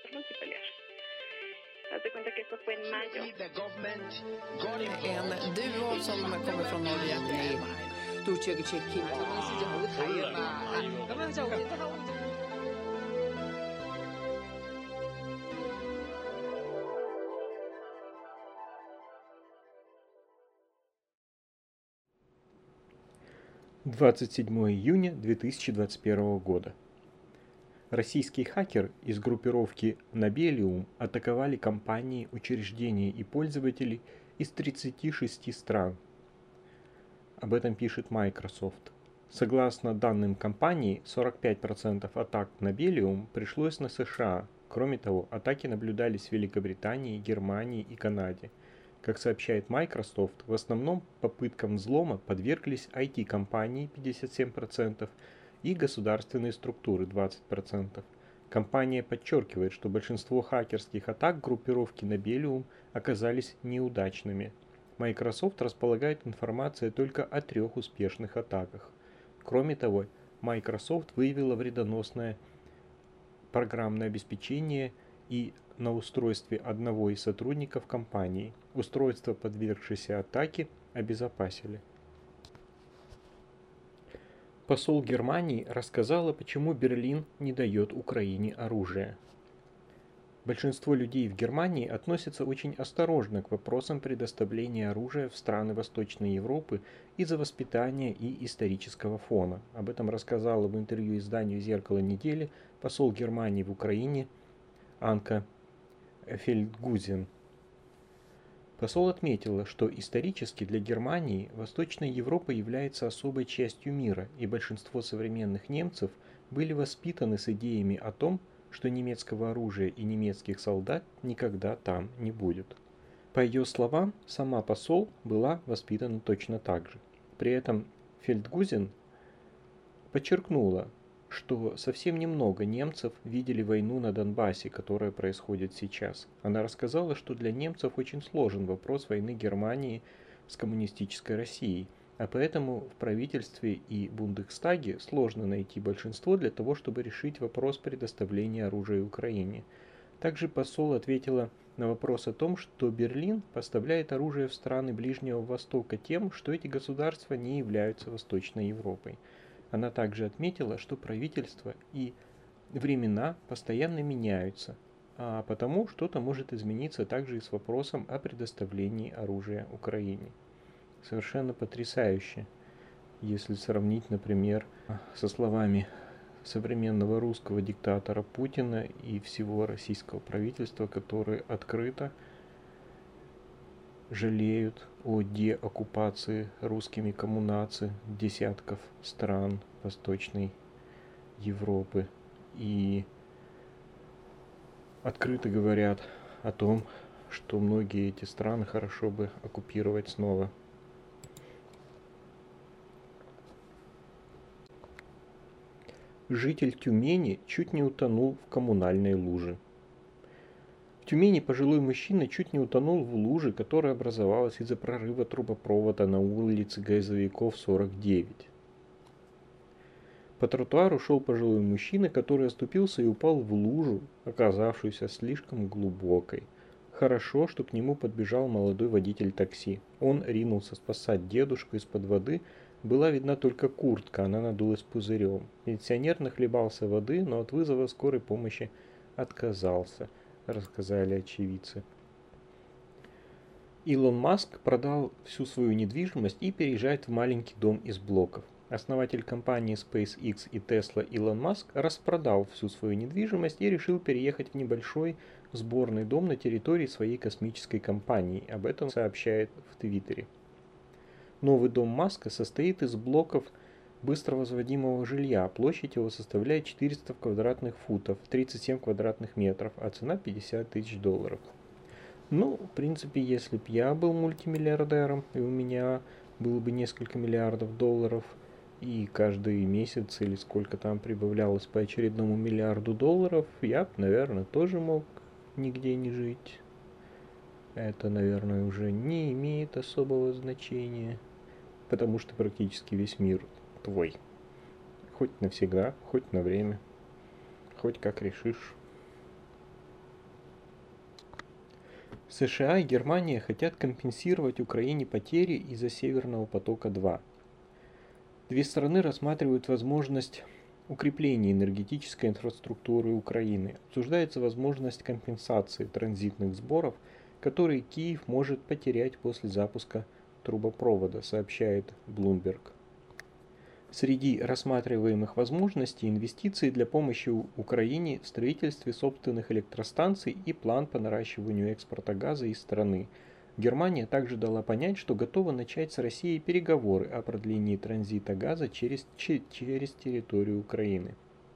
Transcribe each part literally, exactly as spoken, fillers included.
no que pelear. Haz de cuenta que esto fue en mayo. En duo som kommer från Norge. двадцать седьмого июня две тысячи двадцать первого года. Российский хакер из группировки Nobelium атаковали компании, учреждения и пользователей из тридцати шести стран. Об этом пишет Microsoft. Согласно данным компании, сорок пять процентов атак Nobelium пришлось на США. Кроме того, атаки наблюдались в Великобритании, Германии и Канаде. Как сообщает Microsoft, в основном попыткам взлома подверглись ай ти-компании пятьдесят семь процентов и государственные структуры двадцать процентов. Компания подчеркивает, что большинство хакерских атак группировки Nobelium оказались неудачными. Microsoft располагает информацией только о трех успешных атаках. Кроме того, Microsoft выявила вредоносное программное обеспечение и на устройстве одного из сотрудников компании. Устройство, подвергшееся атаке, обезопасили. Посол Германии рассказала, почему Берлин не дает Украине оружие. Большинство людей в Германии относятся очень осторожно к вопросам предоставления оружия в страны Восточной Европы из-за воспитания и исторического фона. Об этом рассказала в интервью изданию «Зеркало недели» посол Германии в Украине Анка Фельдгузен. Посол отметила, что исторически для Германии Восточная Европа является особой частью мира, и большинство современных немцев были воспитаны с идеями о том, что немецкого оружия и немецких солдат никогда там не будет. По ее словам, сама посол была воспитана точно так же. При этом Фельдгузен подчеркнула, что совсем немного немцев видели войну на Донбассе, которая происходит сейчас. Она рассказала, что для немцев очень сложен вопрос войны Германии с коммунистической Россией, а поэтому в правительстве и Бундестаге сложно найти большинство для того, чтобы решить вопрос предоставления оружия Украине. Также посол ответила на вопрос о том, что Берлин поставляет оружие в страны Ближнего Востока тем, что эти государства не являются Восточной Европой. Она также отметила, что правительство и времена постоянно меняются, а потому что-то может измениться также и с вопросом о предоставлении оружия Украине. Совершенно потрясающе, если сравнить, например, со словами современного русского диктатора Путина и всего российского правительства, которые открыто жалеют о деоккупации русскими коммунаций десятков стран Восточной Европы и открыто говорят о том, что многие эти страны хорошо бы оккупировать снова. Житель Тюмени чуть не утонул в коммунальной луже. В Тюмени пожилой мужчина чуть не утонул в луже, которая образовалась из-за прорыва трубопровода на улице Газовиков сорок девять. По тротуару шел пожилой мужчина, который оступился и упал в лужу, оказавшуюся слишком глубокой. Хорошо, что к нему подбежал молодой водитель такси. Он ринулся спасать дедушку из-под воды. Была видна только куртка, она надулась пузырем. Пенсионер нахлебался воды, но от вызова скорой помощи отказался, рассказали очевидцы. Илон Маск продал всю свою недвижимость и переезжает в маленький дом из блоков. Основатель компании SpaceX и Tesla Илон Маск распродал всю свою недвижимость и решил переехать в небольшой сборный дом на территории своей космической компании. Об этом сообщает в Твиттере. Новый дом Маска состоит из блоков быстровозводимого жилья. Площадь его составляет четыреста квадратных футов, тридцать семь квадратных метров, а цена пятьдесят тысяч долларов. Ну, в принципе, если б я был мультимиллиардером, и у меня было бы несколько миллиардов долларов, и каждый месяц или сколько там прибавлялось по очередному миллиарду долларов, я бы, наверное, тоже мог нигде не жить. Это, наверное, уже не имеет особого значения, потому что практически весь мир твой. Хоть навсегда, хоть на время, хоть как решишь. США и Германия хотят компенсировать Украине потери из-за Северного потока-два. Две страны рассматривают возможность укрепления энергетической инфраструктуры Украины. Обсуждается возможность компенсации транзитных сборов, которые Киев может потерять после запуска трубопровода, сообщает Bloomberg. Среди рассматриваемых возможностей инвестиции для помощи Украине в строительстве собственных электростанций и план по наращиванию экспорта газа из страны. Германия также дала понять, что готова начать с Россией переговоры о продлении транзита газа через, через территорию Украины.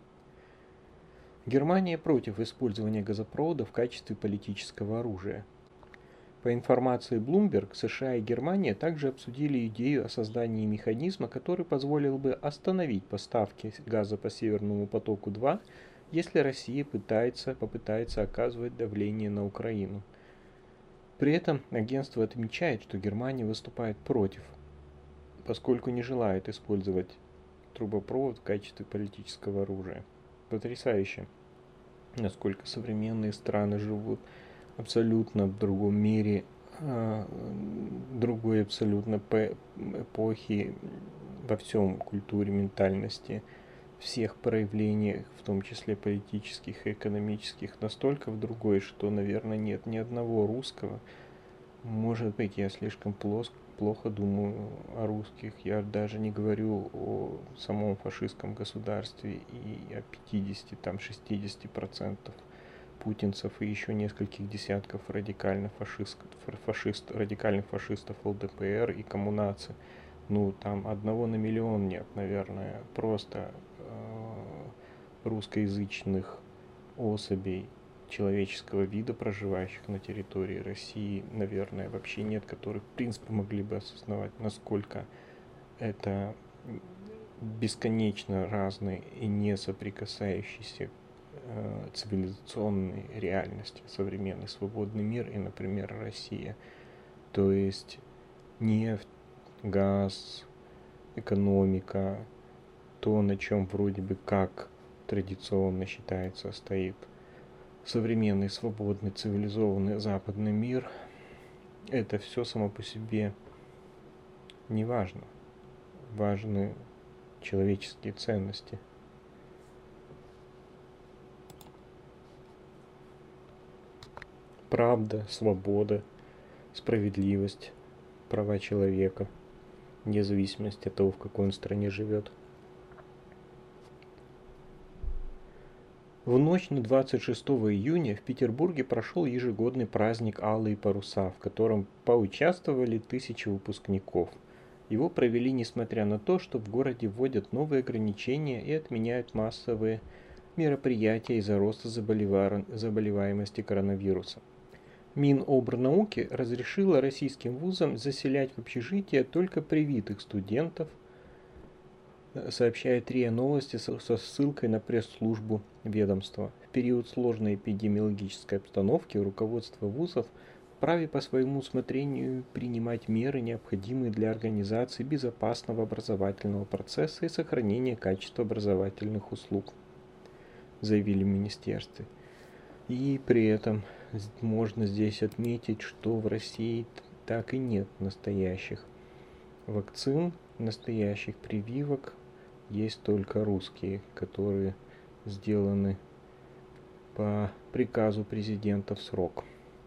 Германия против использования газопровода в качестве политического оружия. По информации Bloomberg, США и Германия также обсудили идею о создании механизма, который позволил бы остановить поставки газа по Северному потоку-два, если Россия пытается, попытается оказывать давление на Украину. При этом агентство отмечает, что Германия выступает против, поскольку не желает использовать трубопровод в качестве политического оружия. Потрясающе, насколько современные страны живут абсолютно в другом мире, другой абсолютно эпохи во всем культуре, ментальности, всех проявлениях, в том числе политических и экономических, настолько в другой, что, наверное, нет ни одного русского. Может быть, я слишком плоск, плохо думаю о русских. Я даже не говорю о самом фашистском государстве и о пятидесяти, там, шестидесяти процентах путинцев и еще нескольких десятков радикальных фашистов, фашист, радикальных фашистов ЛДПР и коммунации. Ну, там одного на миллион нет, наверное, просто э, русскоязычных особей человеческого вида, проживающих на территории России, наверное, вообще нет, которые, в принципе, могли бы осознавать, насколько это бесконечно разные и не соприкасающиеся цивилизационной реальности, современный свободный мир и, например, Россия. То есть нефть, газ, экономика, то, на чем вроде бы как традиционно считается стоит современный, свободный, цивилизованный западный мир, это все само по себе не важно. Важны человеческие ценности. Правда, свобода, справедливость, права человека, вне зависимости от того, в какой он стране живет. В ночь на двадцать шестого июня в Петербурге прошел ежегодный праздник «Алые паруса», в котором поучаствовали тысячи выпускников. Его провели несмотря на то, что в городе вводят новые ограничения и отменяют массовые мероприятия из-за роста заболеваемости коронавирусом. Минобрнауки разрешила российским вузам заселять в общежития только привитых студентов, сообщает РИА Новости со ссылкой на пресс-службу ведомства. В период сложной эпидемиологической обстановки руководство вузов вправе по своему усмотрению принимать меры, необходимые для организации безопасного образовательного процесса и сохранения качества образовательных услуг, заявили в министерстве. И при этом можно здесь отметить, что в России так и нет настоящих вакцин, настоящих прививок, есть только русские, которые сделаны по приказу президента в срок.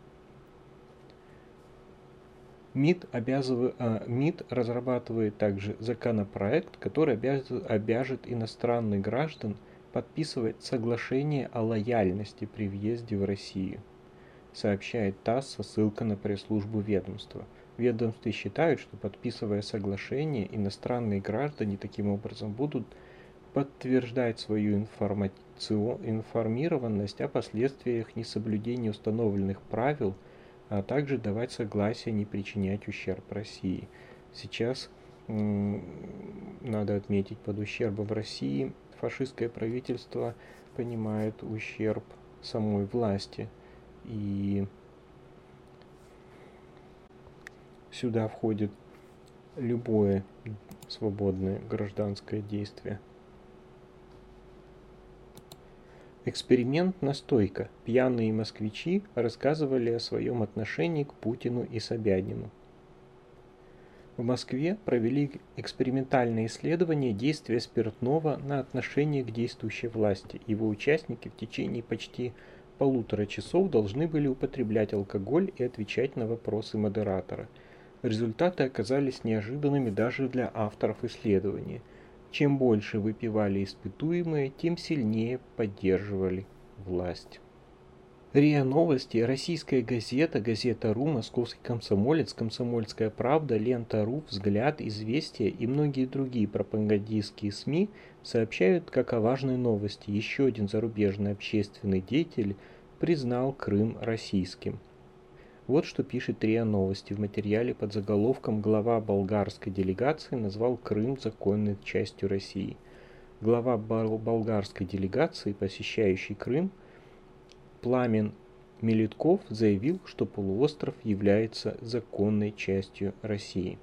МИД, обязыв... а, МИД разрабатывает также законопроект, который обяз... обяжет иностранных граждан подписывать соглашение о лояльности при въезде в Россию, сообщает ТАСС со ссылкой на пресс-службу ведомства. В ведомстве считают, что, подписывая соглашение, иностранные граждане таким образом будут подтверждать свою информацию... информированность о последствиях несоблюдения установленных правил, а также давать согласие не причинять ущерб России. Сейчас м- надо отметить, под ущербом России фашистское правительство понимает ущерб самой власти. И сюда входит любое свободное гражданское действие. Эксперимент «Настойка». Пьяные москвичи рассказывали о своем отношении к Путину и Собянину. В Москве провели экспериментальное исследование действия спиртного на отношение к действующей власти. Его участники в течение почти полутора часов должны были употреблять алкоголь и отвечать на вопросы модератора. Результаты оказались неожиданными даже для авторов исследования. Чем больше выпивали испытуемые, тем сильнее поддерживали власть. РИА Новости, Российская газета, Газета.ру, Московский комсомолец, Комсомольская правда, Лента.ру, Взгляд, Известия и многие другие пропагандистские СМИ сообщают как о важной новости. Еще один зарубежный общественный деятель признал Крым российским. Вот что пишет РИА Новости в материале под заголовком «Глава болгарской делегации назвал Крым законной частью России». Глава болгарской делегации, посещающий Крым, Пламен Мелитков, заявил, что полуостров является законной частью России.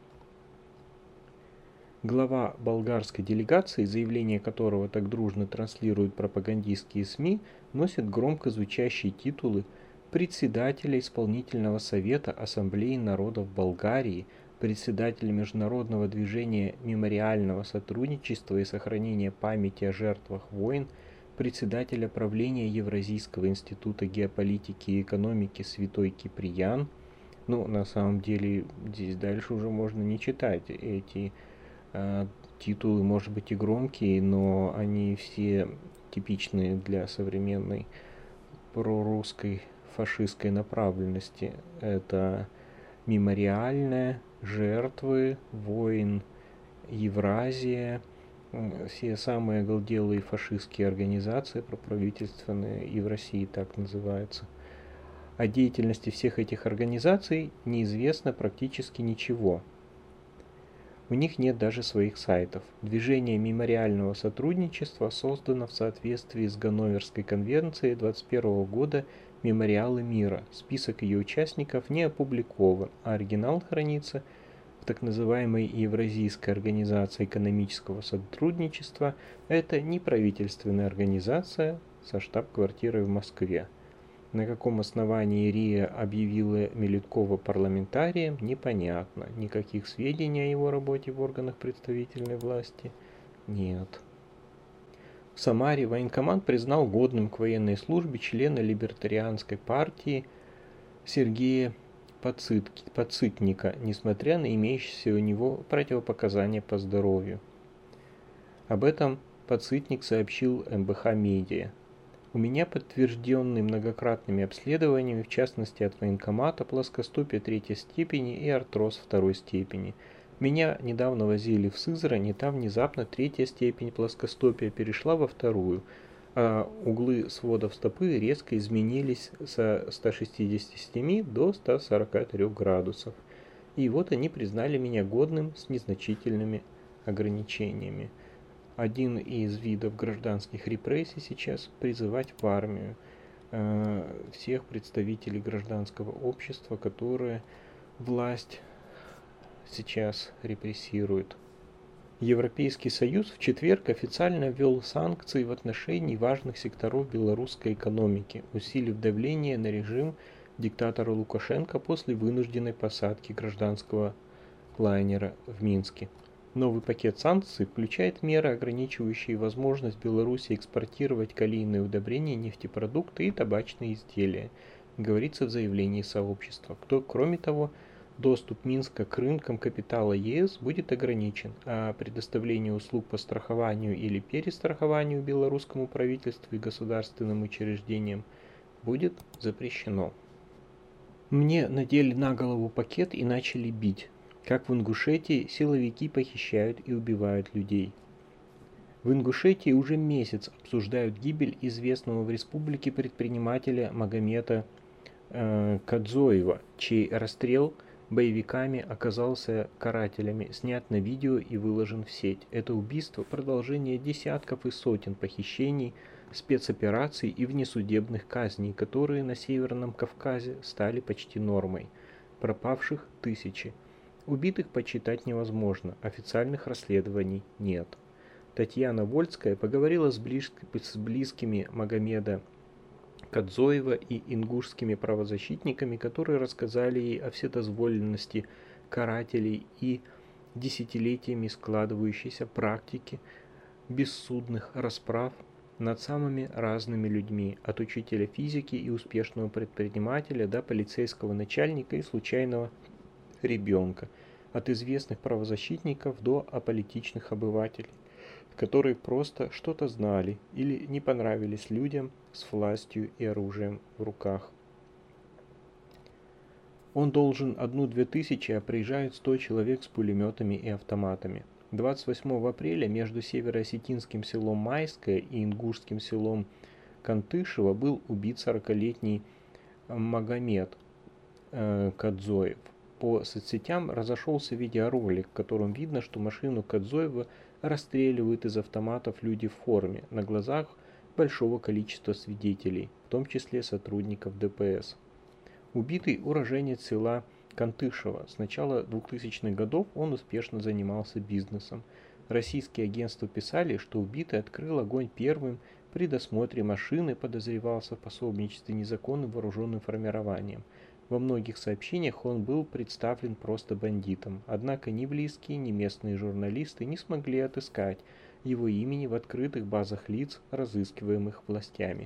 Глава болгарской делегации, заявление которого так дружно транслируют пропагандистские СМИ, носит громко звучащие титулы председателя исполнительного совета Ассамблеи народов Болгарии, председателя Международного движения мемориального сотрудничества и сохранения памяти о жертвах войн, председателя правления Евразийского института геополитики и экономики Святой Киприян. Ну, на самом деле, здесь дальше уже можно не читать. Эти э, титулы, может быть, и громкие, но они все типичные для современной прорусской фашистской направленности. Это мемориальная, жертвы, войн, Евразия, все самые оголделые фашистские организации проправительственные, и в России так называются. О деятельности всех этих организаций неизвестно практически ничего. У них нет даже своих сайтов. Движение мемориального сотрудничества создано в соответствии с Ганноверской конвенцией двадцать первого года «Мемориалы мира». Список ее участников не опубликован, а оригинал хранится в так называемой Евразийской организации экономического сотрудничества. Это неправительственная организация со штаб-квартирой в Москве. На каком основании РИА объявила Мелиткова парламентарием, непонятно. Никаких сведений о его работе в органах представительной власти нет. В Самаре военкомат признал годным к военной службе члена либертарианской партии Сергея Подсытника, несмотря на имеющиеся у него противопоказания по здоровью. Об этом Подсытник сообщил эм бэ ха Медиа. У меня подтвержденные многократными обследованиями, в частности от военкомата, плоскостопие третьей степени и артроз второй степени. Меня недавно возили в Сызрань, и там внезапно третья степень плоскостопия перешла во вторую, а углы сводов стопы резко изменились со ста шестидесяти семи до ста сорока трёх градусов. И вот они признали меня годным с незначительными ограничениями. Один из видов гражданских репрессий сейчас призывать в армию э, всех представителей гражданского общества, которые власть сейчас репрессирует. Европейский Союз в четверг официально ввел санкции в отношении важных секторов белорусской экономики, усилив давление на режим диктатора Лукашенко после вынужденной посадки гражданского лайнера в Минске. Новый пакет санкций включает меры, ограничивающие возможность Беларуси экспортировать калийные удобрения, нефтепродукты и табачные изделия, говорится в заявлении сообщества. Кто, кроме того, доступ Минска к рынкам капитала е эс будет ограничен, а предоставление услуг по страхованию или перестрахованию белорусскому правительству и государственным учреждениям будет запрещено. Мне надели на голову пакет и начали бить. Как в Ингушетии силовики похищают и убивают людей. В Ингушетии уже месяц обсуждают гибель известного в республике предпринимателя Магомета э, Кадзоева, чей расстрел боевиками оказался карателями, снят на видео и выложен в сеть. Это убийство – продолжение десятков и сотен похищений, спецопераций и внесудебных казней, которые на Северном Кавказе стали почти нормой. Пропавших – тысячи. Убитых подсчитать невозможно, официальных расследований нет. Татьяна Вольская поговорила с, близк... с близкими Магомеда Кадзоева и ингушскими правозащитниками, которые рассказали ей о вседозволенности карателей и десятилетиями складывающейся практики бессудных расправ над самыми разными людьми, от учителя физики и успешного предпринимателя до полицейского начальника и случайного ребенка, от известных правозащитников до аполитичных обывателей, которые просто что-то знали или не понравились людям с властью и оружием в руках. Он должен одну-две тысячи, а приезжают сто человек с пулеметами и автоматами. двадцать восьмого апреля между североосетинским селом Майское и ингушским селом Кантышево был убит сорокалетний Магомед э, Кадзоев. По соцсетям разошелся видеоролик, в котором видно, что машину Кадзоева расстреливают из автоматов люди в форме на глазах большого количества свидетелей, в том числе сотрудников ДПС. Убитый уроженец села Кантышево. С начала двухтысячных годов он успешно занимался бизнесом. Российские агентства писали, что убитый открыл огонь первым при досмотре машины, подозревался в пособничестве незаконным вооруженным формированием. Во многих сообщениях он был представлен просто бандитом, однако ни близкие, ни местные журналисты не смогли отыскать его имени в открытых базах лиц, разыскиваемых властями.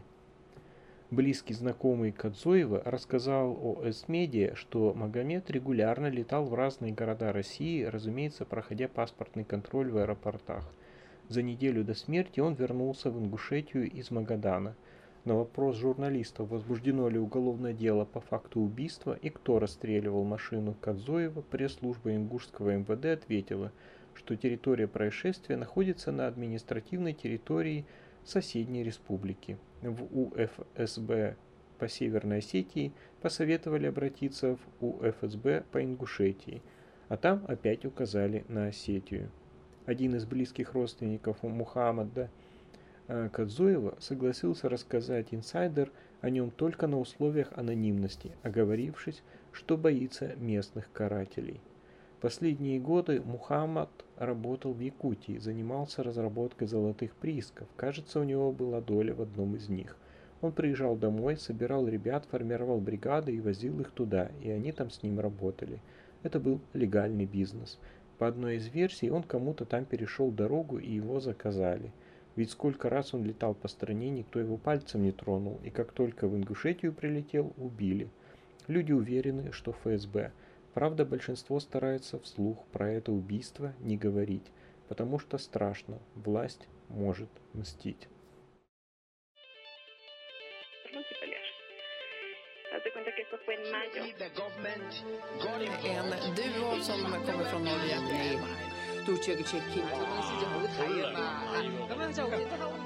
Близкий знакомый Кадзоева рассказал о Эс-Медиа, что Магомед регулярно летал в разные города России, разумеется, проходя паспортный контроль в аэропортах. За неделю до смерти он вернулся в Ингушетию из Магадана. На вопрос журналистов, возбуждено ли уголовное дело по факту убийства и кто расстреливал машину Кадзоева, пресс-служба ингушского эм вэ дэ ответила, что территория происшествия находится на административной территории соседней республики. В У Эф Эс Бэ по Северной Осетии посоветовали обратиться в У Эф Эс Бэ по Ингушетии, а там опять указали на Осетию. Один из близких родственников Мухаммада Кадзоева согласился рассказать инсайдер о нем только на условиях анонимности, оговорившись, что боится местных карателей. Последние годы Мухаммад работал в Якутии, занимался разработкой золотых приисков. Кажется, у него была доля в одном из них. Он приезжал домой, собирал ребят, формировал бригады и возил их туда, и они там с ним работали. Это был легальный бизнес. По одной из версий, он кому-то там перешел дорогу и его заказали. Ведь сколько раз он летал по стране, никто его пальцем не тронул, и как только в Ингушетию прилетел, убили. Люди уверены, что Эф Эс Бэ. Правда, большинство старается вслух про это убийство не говорить, потому что страшно, власть может mstить. En duo som kommer från Norge. Nej.